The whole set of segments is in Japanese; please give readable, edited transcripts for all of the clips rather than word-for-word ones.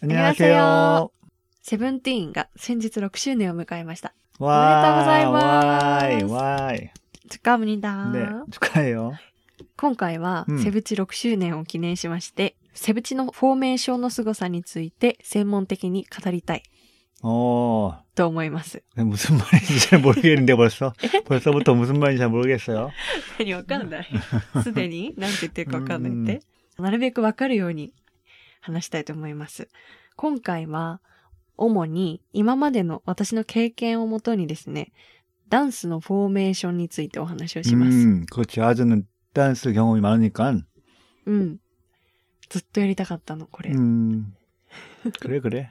안녕하세요. セブンティーンが先日6周年を迎えました。 와이, 오메데토 와이. 축하합니다. 네, 축하해요. 今回はセブチ6周年を記念しまして、セブチのフォーメーションの凄さについて専門的に語りたいと思います。 무슨 말인지 잘 모르겠는데 벌써부터 무슨 말인지 잘 모르겠어요. 何わかんないすでに何て言ってるかわかんないって、なるべくわかるように話したいと思います。今回は主に今までの私の経験をもとにですね、ダンスのフォーメーションについてお話をします。 그렇지. 아주는 댄스 경험이 많으니까. ずっとやりたかったの、これ。 그래.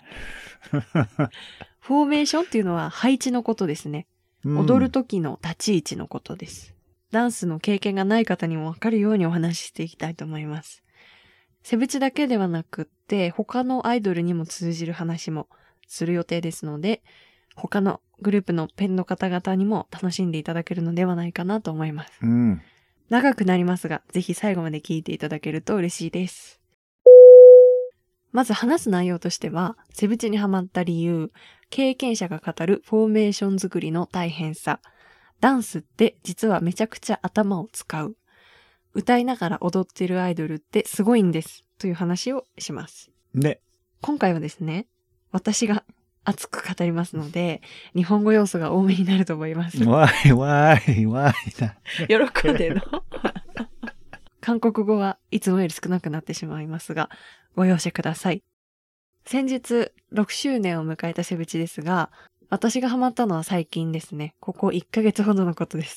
フォーメーションっていうのは配置のことですね。踊る時の立ち位置のことです。ダンスの経験がない方にもわかるようにお話ししていきたいと思います。セブチだけではなくって、他のアイドルにも通じる話もする予定ですので、他のグループのペンの方々にも楽しんでいただけるのではないかなと思います。長くなりますが、ぜひ最後まで聞いていただけると嬉しいです。まず話す内容としては、セブチにハマった理由、経験者が語るフォーメーション作りの大変さ、ダンスって実はめちゃくちゃ頭を使う、歌いながら踊ってるアイドルってすごいんですという話をします。 ね。 今回はですね、私が熱く語りますので、日本語要素が多めになると思います。 わいだ。 喜んでるの韓国語はいつもより少なくなってしまいますが、ご容赦ください。先日6周年を迎えたセブチですが、私がハマったのは最近ですね。ここ1ヶ月ほどのことです。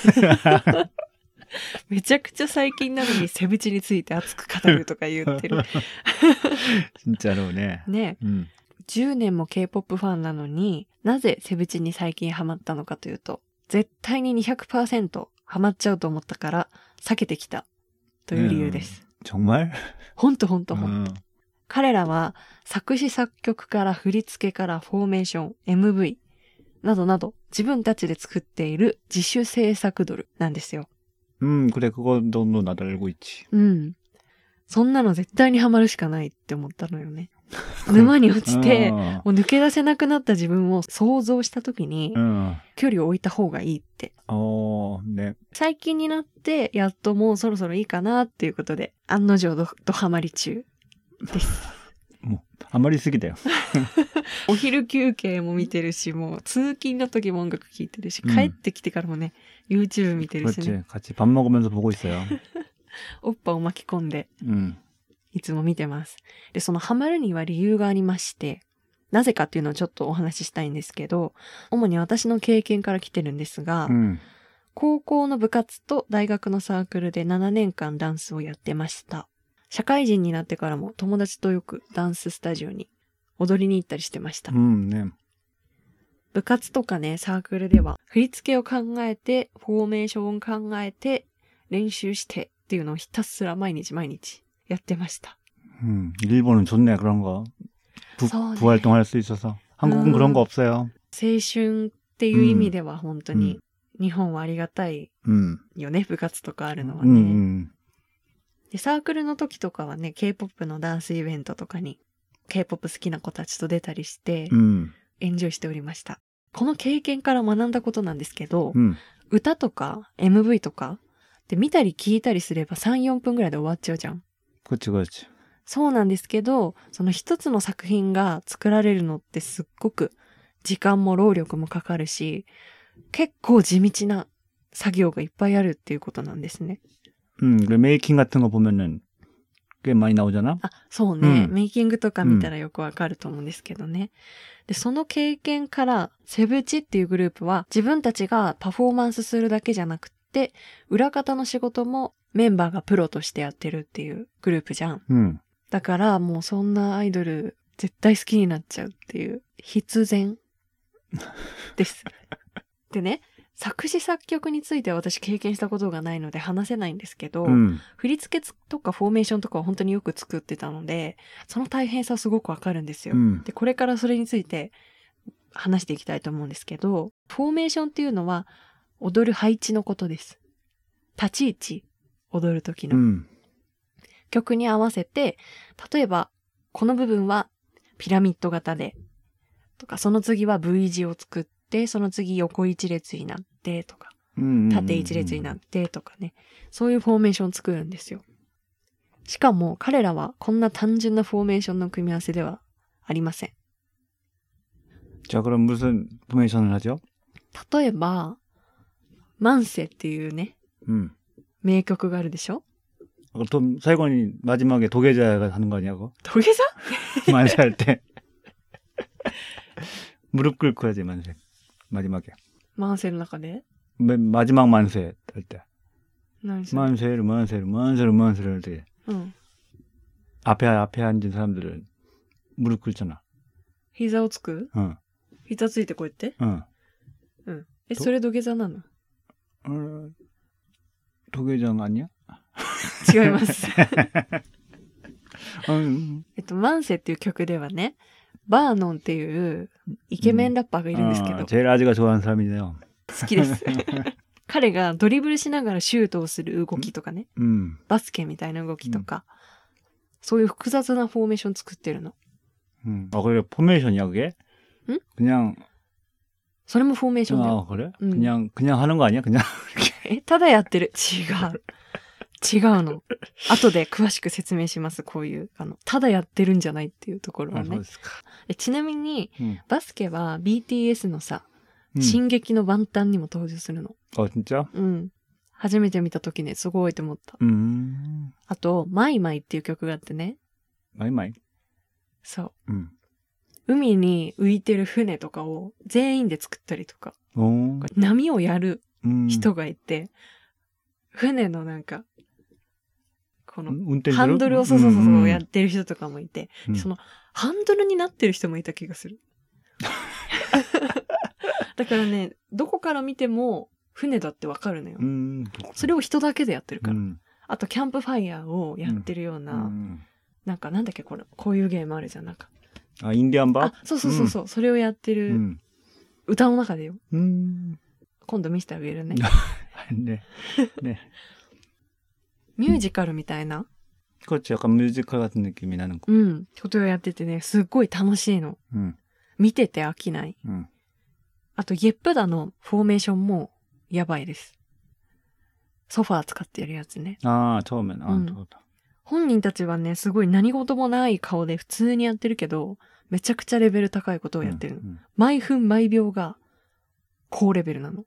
めちゃくちゃ最近なのにセブチについて熱く語るとか言ってる。 진짜로ね。 ね、10年も K-POP ファンなのになぜセブチに最近ハマったのかというと、絶対に 200% ハマっちゃうと思ったから避けてきたという理由です。 정말？ ほんと。彼らは作詞作曲から振り付けからフォーメーション、MV などなど自分たちで作っている自主制作ドルなんですよ。 그래 그거도 나도 알고 있지. そんなの絶対にハマるしかないって思ったのよね。沼に落ちてもう抜け出せなくなった自分を想像した時に距離を置いた方がいいって。 ね。 最近になってやっともうそろそろいいかなっていうことで案の定ドハマり中です。 もうハマりすぎだよ。 お昼休憩も見てるし、もう通勤の時も音楽聴いてるし、帰ってきてからもね YouTube 見てるしね。 같이 밥 먹으면서 보고 있어요. おっぱを巻き込んで、いつも見てます。で、そのハマるには理由がありまして、なぜかっていうのをちょっとお話ししたいんですけど、主に私の経験から来てるんですが、高校の部活と大学のサークルで7年間ダンスをやってました。社会人になってからも友達とよくダンススタジオに踊りに行ったりしてました。 ね。 部活とかね、サークルでは振り付けを考えて、フォーメーションを考えて、練習してっていうのをひたすら毎日やってました。 일본은 좋네 그런 거. 부활동할 수 있어서. 한국은 그런 거 없어요. 青春っていう意味では本当に日本はありがたいよね、部活とかあるのはね。で、サークルの時とかはね、K-POP のダンスイベントとかに K-POP 好きな子たちと出たりして、エンジョイしておりました。この経験から学んだことなんですけど、歌とか MV とかで見たり聞いたりすれば 3,4 分ぐらいで終わっちゃうじゃん。 그렇지。 そうなんですけど、その一つの作品が作られるのってすっごく時間も労力もかかるし、結構地道な作業がいっぱいあるっていうことなんですね。 메이킹 같은 거 보면은 꽤 많이 나오잖아? そうね、メイキングとか見たらよくわかると思うんですけどね。で、その経験からセブチっていうグループは自分たちがパフォーマンスするだけじゃなくて、裏方の仕事もメンバーがプロとしてやってるっていうグループじゃん。だからもうそんなアイドル絶対好きになっちゃうっていう必然です。でね、作詞作曲については私経験したことがないので話せないんですけど、振り付けとかフォーメーションとかは本当によく作ってたので、その大変さはすごくわかるんですよ。で、これからそれについて話していきたいと思うんですけど、フォーメーションっていうのは踊る配置のことです。立ち位置、踊る時の、曲に合わせて、例えばこの部分はピラミッド型で、とか、その次は V 字を作って、その次横一列になって、とか、縦一列になって、とかね。そういうフォーメーションを作るんですよ。しかも、彼らはこんな単純なフォーメーションの組み合わせではありません。 자, 그럼 무슨 포메이션을 하죠? 例えば、万世っていうね、名曲があるでしょ? 사이건이 마지막에 도계자가 하는 거 아니냐고? 도계자? 만세할 때. 무릎 꿇고 하지, 만세. 마지막에. 만세의 中で? 마지막 만세 할 때. 만세를 할 때. 앞에 앉은 사람들은 무릎 꿇잖아. 膝をつく?膝ついてこうやって? 응. それ土下座なの? 도계장 아니야? 違います。万世っていう曲ではね、バーノンっていうイケメンラッパーがいるんですけど、 제일 아지가 좋아하는 사람이네요. 好きです。彼がドリブルしながらシュートをする動きとかね、バスケみたいな動きとか、そういう複雑なフォーメーション作ってるの。 그래 포메이션이야 그게? 응? 그냥 それもフォーメーションだよ。 그래? 그냥 하는 거 아니야? 그냥 ただやってる。違うの。後で詳しく説明します。こういう、ただやってるんじゃないっていうところはね。ちなみに、バスケは BTS のさ、進撃の万端にも登場するの。 진짜? 初めて見た時ね、すごいと思った。あと、マイマイっていう曲があってね。 マイマイ? そう。海に浮いてる船とかを全員で作ったりとか、波をやる人がいて、船のなんか、この、ハンドルをそうやってる人とかもいて、その、ハンドルになってる人もいた気がする。だからね、どこから見ても船だってわかるのよ。それを人だけでやってるから。あと、キャンプファイヤーをやってるような、なんかなんだっけこういうゲームあるじゃん、なんか。 インディアンバー？ そう、それをやってる、歌の中でよ。今度見せてあげるね。 ね。 ミュージカルみたいな。 그렇지, 약간 뮤지컬 같은 느낌이 나는 거. ことをやっててね、すっごい楽しいの。見てて飽きない。あと、イェップダのフォーメーションもやばいです。ソファー使ってやるやつね。 처음엔. 本人たちはね、すごい何事もない顔で普通にやってるけど、めちゃくちゃレベル高いことをやってるの。毎分毎秒が高レベルなの。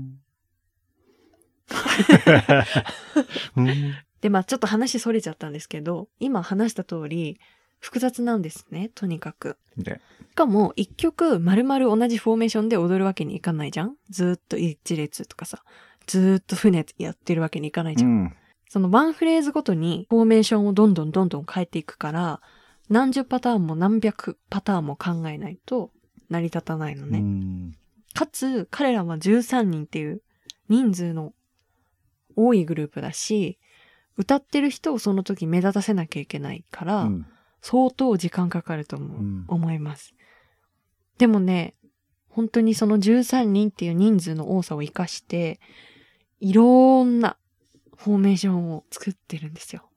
で、まあちょっと話それちゃったんですけど、今話した通り、複雑なんですね、とにかく。しかも、一曲丸々同じフォーメーションで踊るわけにいかないじゃん？ずーっと一列とかさ、ずーっと船やってるわけにいかないじゃん。そのワンフレーズごとにフォーメーションをどんどん変えていくから、何十パターンも何百パターンも考えないと成り立たないのね。かつ、彼らは13人っていう人数の多いグループだし、歌ってる人をその時目立たせなきゃいけないから、相当時間かかると思います。でもね、本当にその13人っていう人数の多さを生かして、いろんなフォーメーションを作ってるんですよ。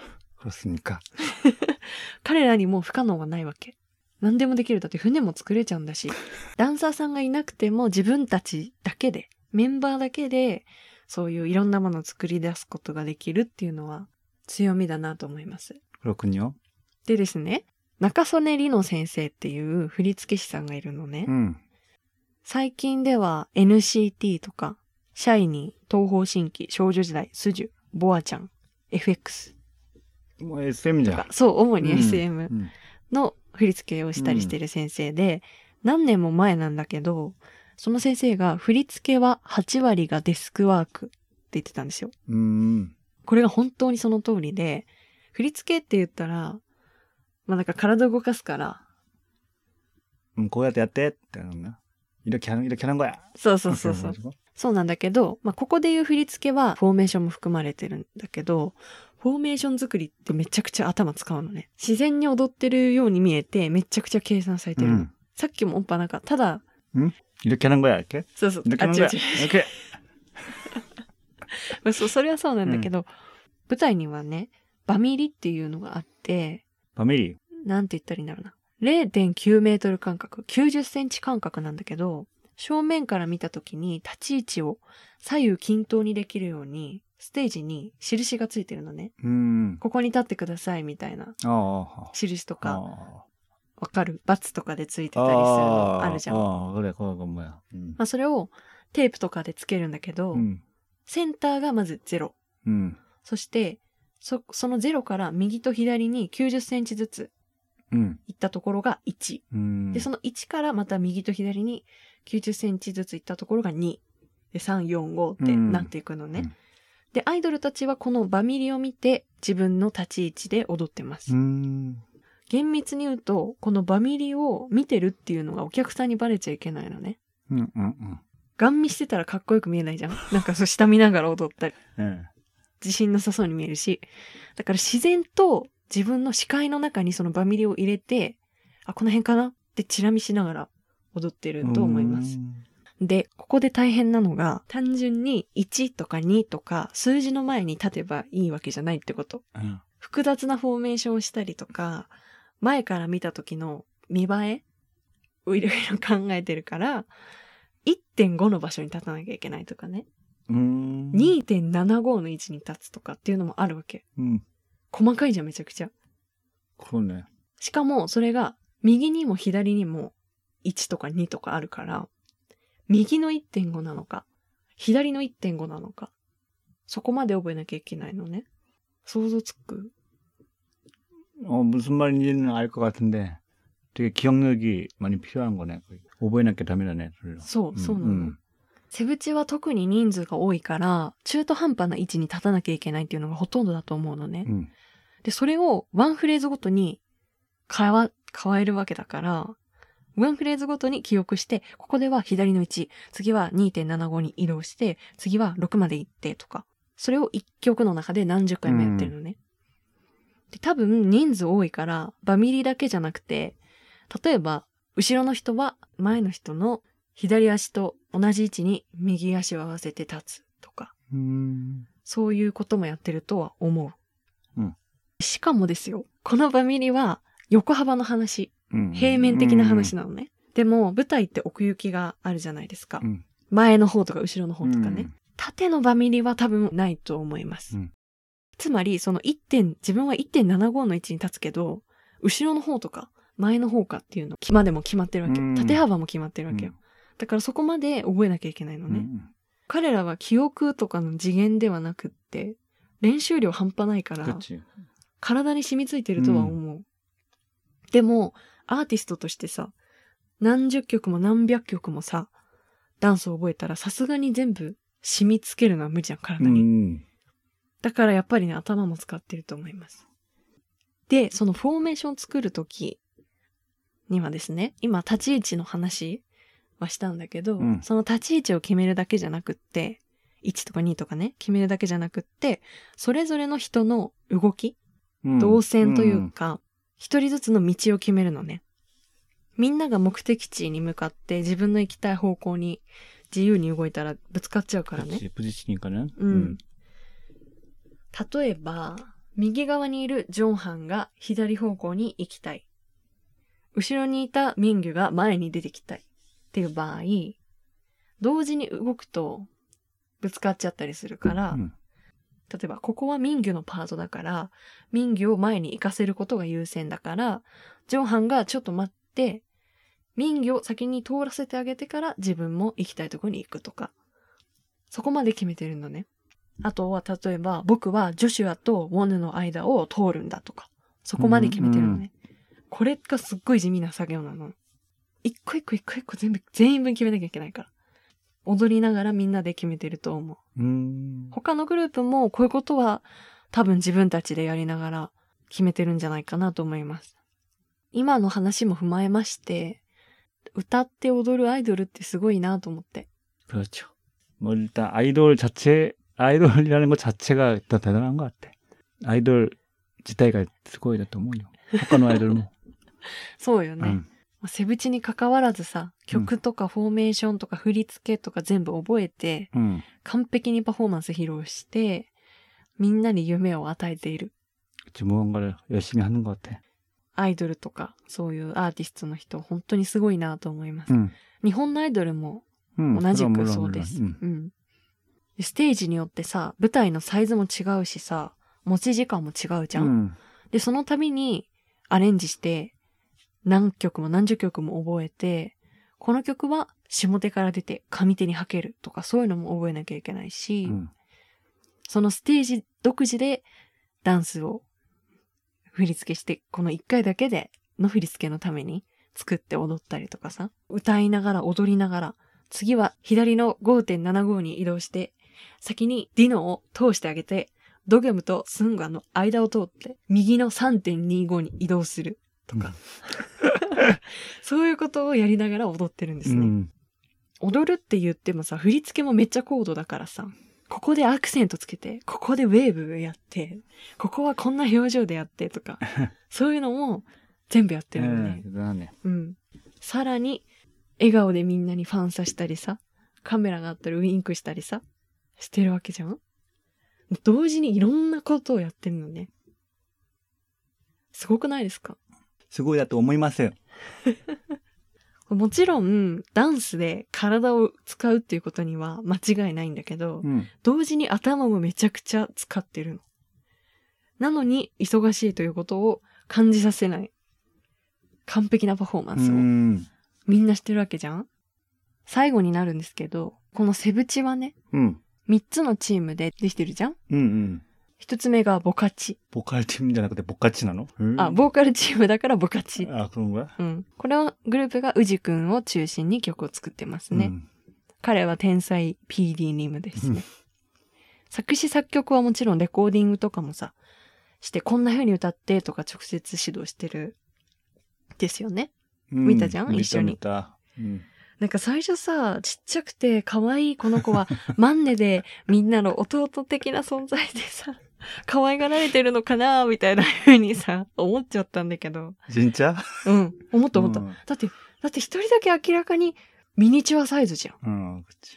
그렇습니까? 彼らにもう不可能はないわけ。何でもできる。だって船も作れちゃうんだし、ダンサーさんがいなくても自分たちだけで、メンバーだけで、そういういろんなものを作り出すことができるっていうのは強みだなと思います。 그렇군요。 でですね、中曽根里乃先生っていう振付師さんがいるのね。最近では NCT とか、シャイニー、東方神起、少女時代、スジュ、ボアちゃん、FX。 もう SM じゃん。 そう、主に SM の振り付けをしたりしてる先生で、何年も前なんだけど、その先生が振り付けは8割がデスクワークって言ってたんですよ。これが本当にその通りで、振り付けって言ったら、まあなんか体を動かすから、 こうやってやってってなるな。이렇게 하는 거야。 そう。そうなんだけど、まあここで言う振り付けはフォーメーションも含まれてるんだけど、フォーメーション作りってめちゃくちゃ頭使うのね。自然に踊ってるように見えて、めちゃくちゃ計算されてるの。さっきもなんか、ただ、 이렇게 하는 거야、이렇게？ そう。 이렇게 하는 거야。 そう、それはそうなんだけど、舞台にはね、バミリっていうのがあって、 バミリ？ なんて言ったらいいんだろうな。 0.9 メートル間隔、90センチ間隔なんだけど、正面から見たときに立ち位置を左右均等にできるように、ステージに印がついてるのね。ここに立ってくださいみたいな印とか、わかる？バツとかでついてたりするのあるじゃん。 그래, 그거 뭐야. まあそれをテープとかでつけるんだけど、センターがまず0。そして、その0から右と左に90センチずつ行ったところが1。で、その1からまた右と左に90センチずつ行ったところが2。で、3、4、5ってなっていくのね。で、アイドルたちはこのバミリを見て自分の立ち位置で踊ってます。厳密に言うと、このバミリを見てるっていうのがお客さんにバレちゃいけないのね。ガン見してたらかっこよく見えないじゃん。なんかそう下見ながら踊ったり。自信なさそうに見えるし。だから自然と自分の視界の中にそのバミリを入れて、あ、この辺かなってチラ見しながら踊ってると思います。で、ここで大変なのが、単純に1とか2とか数字の前に立てばいいわけじゃないってこと。複雑なフォーメーションをしたりとか、前から見た時の見栄えをいろいろ考えてるから、1.5 の場所に立たなきゃいけないとかね。2.75 の位置に立つとかっていうのもあるわけ。細かいじゃん、めちゃくちゃ。 그러네。 しかも、それが、右にも左にも1とか2とかあるから、右の 1.5 なのか、左の 1.5 なのか、そこまで覚えなきゃいけないのね。想像つく？ 무슨 말인지는 알 것 같은데, 되게 기억력이 많이 필요한 거네. 오버해놨게 다미라네. そうなの。セブチは特に人数が多いから、中途半端な位置に立たなきゃいけないっていうのがほとんどだと思うのね。で、それをワンフレーズごとに変えるわけだから、ワンフレーズごとに記憶して、ここでは左の1、次は 2.75 に移動して、次は6まで行ってとか、それを1曲の中で何十回もやってるのね。で、多分人数多いから、バミリだけじゃなくて、例えば、後ろの人は前の人の左足と同じ位置に右足を合わせて立つとか、そういうこともやってるとは思う。しかもですよ、このバミリは横幅の話、平面的な話なのね。でも舞台って奥行きがあるじゃないですか。前の方とか後ろの方とかね。縦のバミリは多分ないと思います。つまり、その自分は 1.75 の位置に立つけど、後ろの方とか前の方かっていうのまでも決まってるわけ。縦幅も決まってるわけよ。だからそこまで覚えなきゃいけないのね。彼らは記憶とかの次元ではなくって、練習量半端ないから、体に染みついてるとは思う。でも、アーティストとしてさ、何十曲も何百曲もさ、ダンスを覚えたらさすがに全部染みつけるのは無理じゃん、体に。だからやっぱりね、頭も使ってると思います。で、そのフォーメーション作るときにはですね、今立ち位置の話はしたんだけど、その立ち位置を決めるだけじゃなくって、1とか2とかね、決めるだけじゃなくって、それぞれの人の動き、動線というか、一人ずつの道を決めるのね。みんなが目的地に向かって自分の行きたい方向に自由に動いたらぶつかっちゃうからね。例えば、右側にいるジョンハンが左方向に行きたい。後ろにいたミンギュが前に出てきたい。っていう場合、同時に動くとぶつかっちゃったりするから、例えばここはミンギュのパートだから、ミンギュを前に行かせることが優先だから、ジョンハンがちょっと待って、ミンギュを先に通らせてあげてから自分も行きたいところに行くとか、そこまで決めてるのね。あとは例えば僕はジョシュアとウォヌの間を通るんだとか、そこまで決めてるのね。これがすっごい地味な作業なの。一個一個全員分決めなきゃいけないから。踊りながらみんなで決めてると思う。他のグループもこういうことは多分自分たちでやりながら決めてるんじゃないかなと思います。今の話も踏まえまして、歌って踊るアイドルってすごいなと思って。 그렇죠. 뭐 일단 아이돌이라는 것 자체가 일단 대단한 것 같아. 아이돌自体がすごいだと思うよ。他のアイドルも。 そうよね。セブチに関わらずさ、曲とかフォーメーションとか振り付けとか全部覚えて、完璧にパフォーマンス披露して、みんなに夢を与えている。 무언가를 열심히 하는 것 같아. アイドルとか、そういうアーティストの人、本当にすごいなと思います。 응. 日本のアイドルも 응. 同じ 그럼 く 물론, そうです。 물론. うん。でステージによってさ、舞台のサイズも違うしさ、持ち時間も違うじゃん。 응. で、その度にアレンジして、何曲も何十曲も覚えて、この曲は下手から出て上手に履けるとか、そういうのも覚えなきゃいけないし、 응. そのステージ独自でダンスを振り付けして、この1回だけでの振り付けのために作って踊ったりとかさ、歌いながら踊りながら、次は左の 5.75 に移動して、先にディノを通してあげて、ドゲムとスンガの間を通って、右の 3.25 に移動するとか、そういうことをやりながら踊ってるんですね。 응. 踊るって言ってもさ、振り付けもめっちゃ高度だからさ、ここでアクセントつけて、ここでウェーブやって、ここはこんな表情でやってとか、そういうのも全部やってるのね。 대단하네. うん。さらに、笑顔でみんなにファンさしたりさ、カメラがあったらウインクしたりさ、してるわけじゃん。同時にいろんなことをやってるのね。すごくないですか？ すごいだと思いますよ。 もちろん、ダンスで体を使うっていうことには間違いないんだけど、 응. 同時に頭もめちゃくちゃ使ってるの。なのに、忙しいということを感じさせない。完璧なパフォーマンスを 응. みんなしてるわけじゃん。最後になるんですけど、このセブチはね、 응. 3つのチームでできてるじゃん。 응. 1つ目がボカチ。 보컬 팀じゃなくてボカチなの? あ、ボーカルチームだからボカチ。 아, 그런 거야? うん。これはグループがウジ君を中心に曲を作ってますね。 응. 彼は天才 PD ニムですね。作詞作曲はもちろんレコーディングとかもさ、してこんな風に歌ってとか直接指導してるですよね。 見たじゃん、一緒に。 見た。 なんか最初さ、ちっちゃくて可愛いこの子はマンネでみんなの弟的な存在でさ、可愛がられてるのかなみたいな風にさ、思っちゃったんだけど。 진짜? うん、思った。 うんだって一人だけ明らかにミニチュアサイズじゃん。 그치.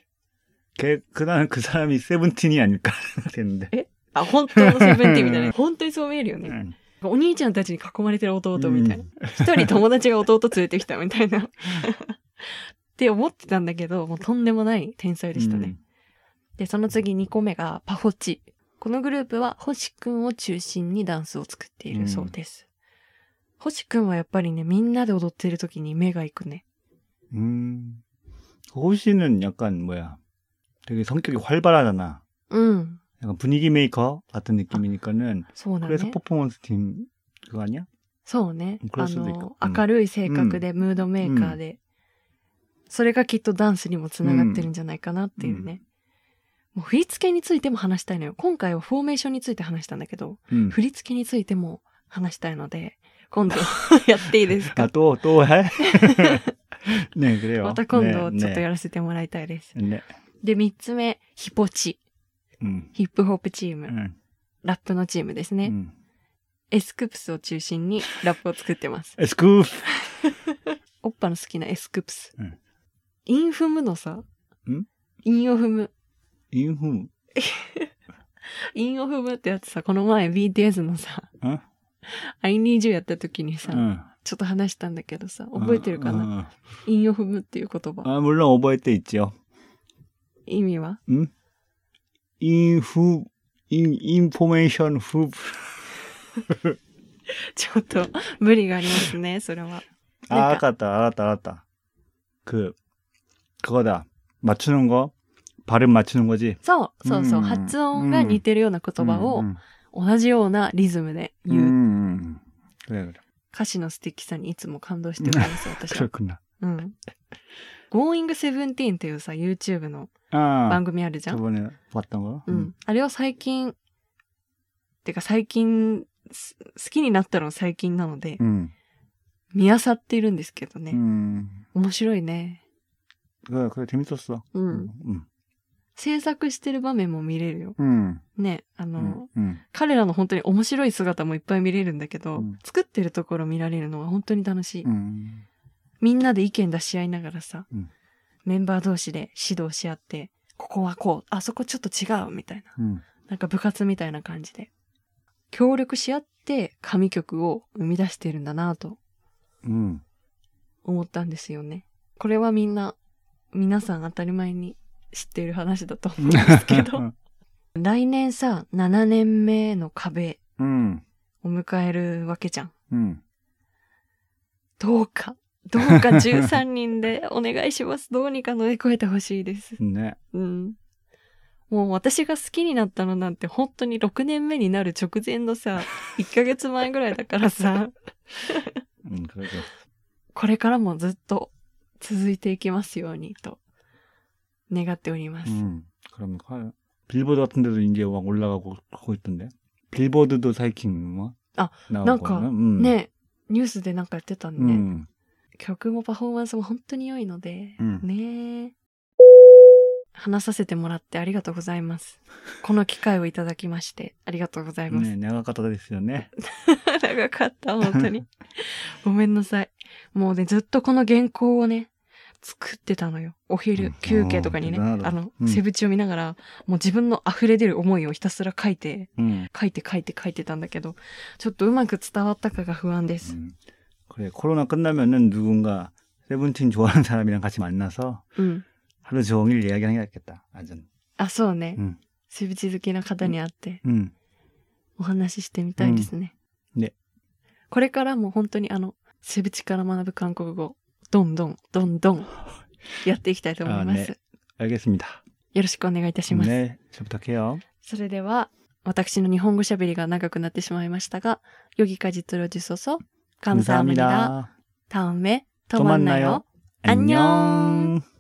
그 사람이 세븐틴이 아닐까 생각했는데. あ、本当のセブンティーンみたいな。本当にそう見えるよね。 응. お兄ちゃんたちに囲まれてる弟みたいな。一人友達が弟連れてきたみたいな。って思ってたんだけど、もうとんでもない天才でしたね。で、その次2個目がパフォチ。このグループは星くんを中心にダンスを作っているそうです。星くんはやっぱりね、みんなで踊ってる時に目が行くね。 호시는 약간 뭐야. 되게 성격이 활발하잖아. 응. 약간 분위기 메이커 같은 느낌이니까는. そうだね。 그래서 퍼포먼스 팀 그거 아니야? そうね。 그럴 수도 있고. 明るい性格で、ムードメーカーで、それがきっとダンスにもつながってるんじゃないかなっていうね。もう振り付けについても話したいのよ。今回はフォーメーションについて話したんだけど、振り付けについても話したいので、今度やっていいですか？ 아, 또 해? 네, 그래요. また今度ちょっとやらせてもらいたいです。 네. で、3つ目、ヒポチ。ヒップホップチーム。ラップのチームですね。エスクプスを中心にラップを作ってます。 エスクープおっぱの好きなエスクプス。インフムのさ、インオフム。 インフムインオフムってやつさ、この前 BTS のさ、I need you やった時にさ、ちょっと話したんだけどさ、覚えてるかな？インオフムっていう言葉。 あ、물론覚えて있죠。 意味は？ インフォメーションフちょっと無理がありますね、それは。 あ、알았다。그거다。맞추는 거? 발음 맞추는 거지? そう。発音が似てるような言葉を同じようなリズムで言う。 그래. 歌詞の素敵さにいつも感動してるんですよ、私は。 그렇구나. Going Seventeen っていうさ、YouTube の番組あるじゃん。 저번에 봤던 거? あれは最近好きになったの最近なので、見漁っているんですけどね。面白いね。 그래 재밌었어. 制作してる場面も見れるよ。ね、彼らの本当に面白い姿もいっぱい見れるんだけど、作ってるところ見られるのは本当に楽しい。みんなで意見出し合いながらさ、メンバー同士で指導し合って、ここはこう、あそこちょっと違うみたいな。なんか部活みたいな感じで。協力し合っして神曲を生み出してるんだなとうん。 思ったんですよね。これは皆さん当たり前に知っている話だと思うんですけど、来年さ、7年目の壁うん。 を迎えるわけじゃん。 うん。 どうか13人でお願いします。どうにか乗り越えてほしいです。 ね。 うん。もう私が好きになったのなんて本当に6年目になる直前のさ、1ヶ月前ぐらいだからさ、 うん、그러게。 これからもずっと続いていきますようにと願っております。 그럼 빌보드 같은 데도 이제 막 올라가고 그러고 있던데. 빌보드도 사이킹 뭐 아, 나오고. なんかね、ニュースでなんかやってたね。曲もパフォーマンスも本当に良いので、ね。話させてもらってありがとうございます。この機会をいただきましてありがとうございます。 ね、長かったですよね。 長かった、本当に。ごめんなさい。もうね、ずっとこの原稿をね、作ってたのよ。お昼、休憩とかにね、セブチを見ながら、もう自分の溢れ出る思いをひたすら書いてたんだけど、ちょっとうまく伝わったかが不安です。 그래, 코로나 끝나면은 누군가 세븐틴 좋아하는 사람이랑 같이 만나서 하루 종일 이야기하는 게 낫겠다. 아전. あ、そうね。セブチ好きな方に会って、お話ししてみたいですね。 ね。 これからも本当にセブチから学ぶ韓国語、どんどんやっていきたいと思います。 ね、알겠습니다。 よろしくお願いいたします。 ね、잘 부탁해요。 それでは、私の日本語喋りが長くなってしまいましたが、여기까지 들어주셔서 감사합니다. 다음에 또 만나요. 안녕.